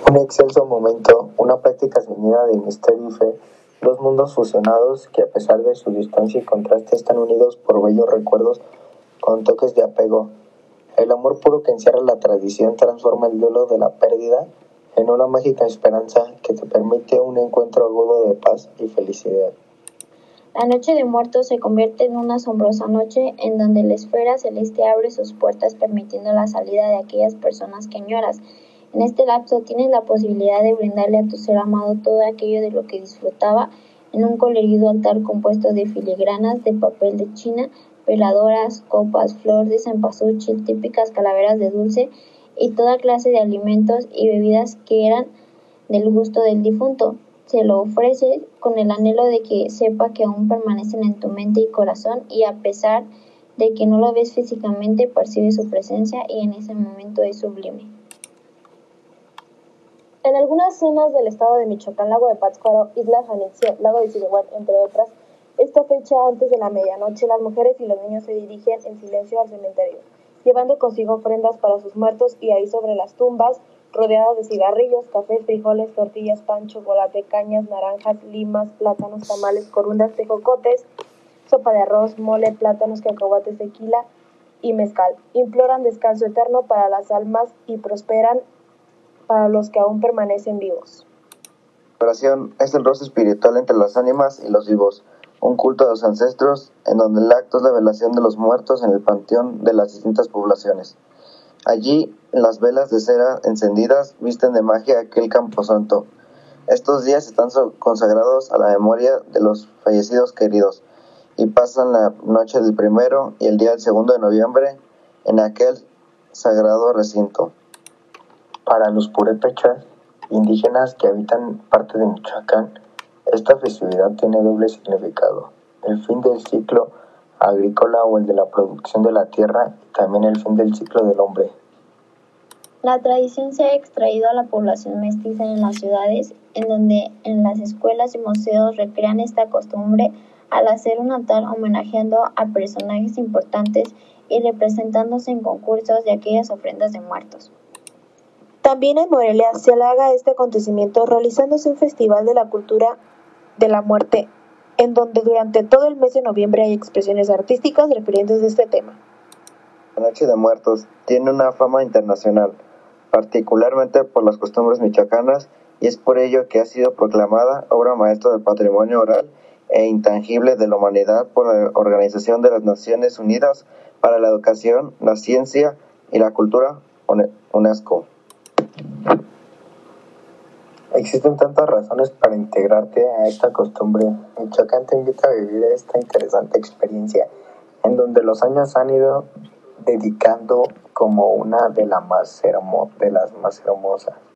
Un excelso momento, una práctica ceñida de misterio y fe, dos mundos fusionados que a pesar de su distancia y contraste están unidos por bellos recuerdos con toques de apego. El amor puro que encierra la tradición transforma el duelo de la pérdida en una mágica esperanza que te permite un encuentro agudo de paz y felicidad. La Noche de Muertos se convierte en una asombrosa noche en donde la esfera celeste abre sus puertas permitiendo la salida de aquellas personas que añoras. En este lapso tienes la posibilidad de brindarle a tu ser amado todo aquello de lo que disfrutaba en un colorido altar compuesto de filigranas de papel de China, veladoras, copas, flor de cempasúchil, típicas calaveras de dulce y toda clase de alimentos y bebidas que eran del gusto del difunto. Se lo ofrece con el anhelo de que sepa que aún permanecen en tu mente y corazón y a pesar de que no lo ves físicamente, percibes su presencia y en ese momento es sublime. En algunas zonas del estado de Michoacán, Lago de Pátzcuaro, Isla Janitzio, Lago de Zilohuán, entre otras, esta fecha antes de la medianoche, las mujeres y los niños se dirigen en silencio al cementerio, llevando consigo ofrendas para sus muertos y ahí sobre las tumbas, rodeados de cigarrillos, café, frijoles, tortillas, pan, chocolate, cañas, naranjas, limas, plátanos, tamales, corundas, tejocotes, sopa de arroz, mole, plátanos, cacahuates, tequila y mezcal. Imploran descanso eterno para las almas y prosperan para los que aún permanecen vivos. La oración es el roce espiritual entre las ánimas y los vivos, un culto a los ancestros en donde el acto es la velación de los muertos en el panteón de las distintas poblaciones. Allí, las velas de cera encendidas visten de magia aquel camposanto. Estos días están consagrados a la memoria de los fallecidos queridos y pasan la noche del 1 y el día del 2 de noviembre en aquel sagrado recinto. Para los purépechas indígenas que habitan parte de Michoacán, esta festividad tiene doble significado: el fin del ciclo agrícola o el de la producción de la tierra y también el fin del ciclo del hombre. La tradición se ha extraído a la población mestiza en las ciudades, en donde en las escuelas y museos recrean esta costumbre al hacer un altar homenajeando a personajes importantes y representándose en concursos de aquellas ofrendas de muertos. También en Morelia se halaga este acontecimiento realizándose un festival de la cultura de la muerte, en donde durante todo el mes de noviembre hay expresiones artísticas referentes a este tema. La Noche de Muertos tiene una fama internacional, particularmente por las costumbres michoacanas, y es por ello que ha sido proclamada obra maestra del patrimonio oral e intangible de la humanidad por la Organización de las Naciones Unidas para la Educación, la Ciencia y la Cultura, UNESCO. Existen tantas razones para integrarte a esta costumbre. Michoacán te invita a vivir esta interesante experiencia, en donde los años han ido dedicando como una de las más hermosas.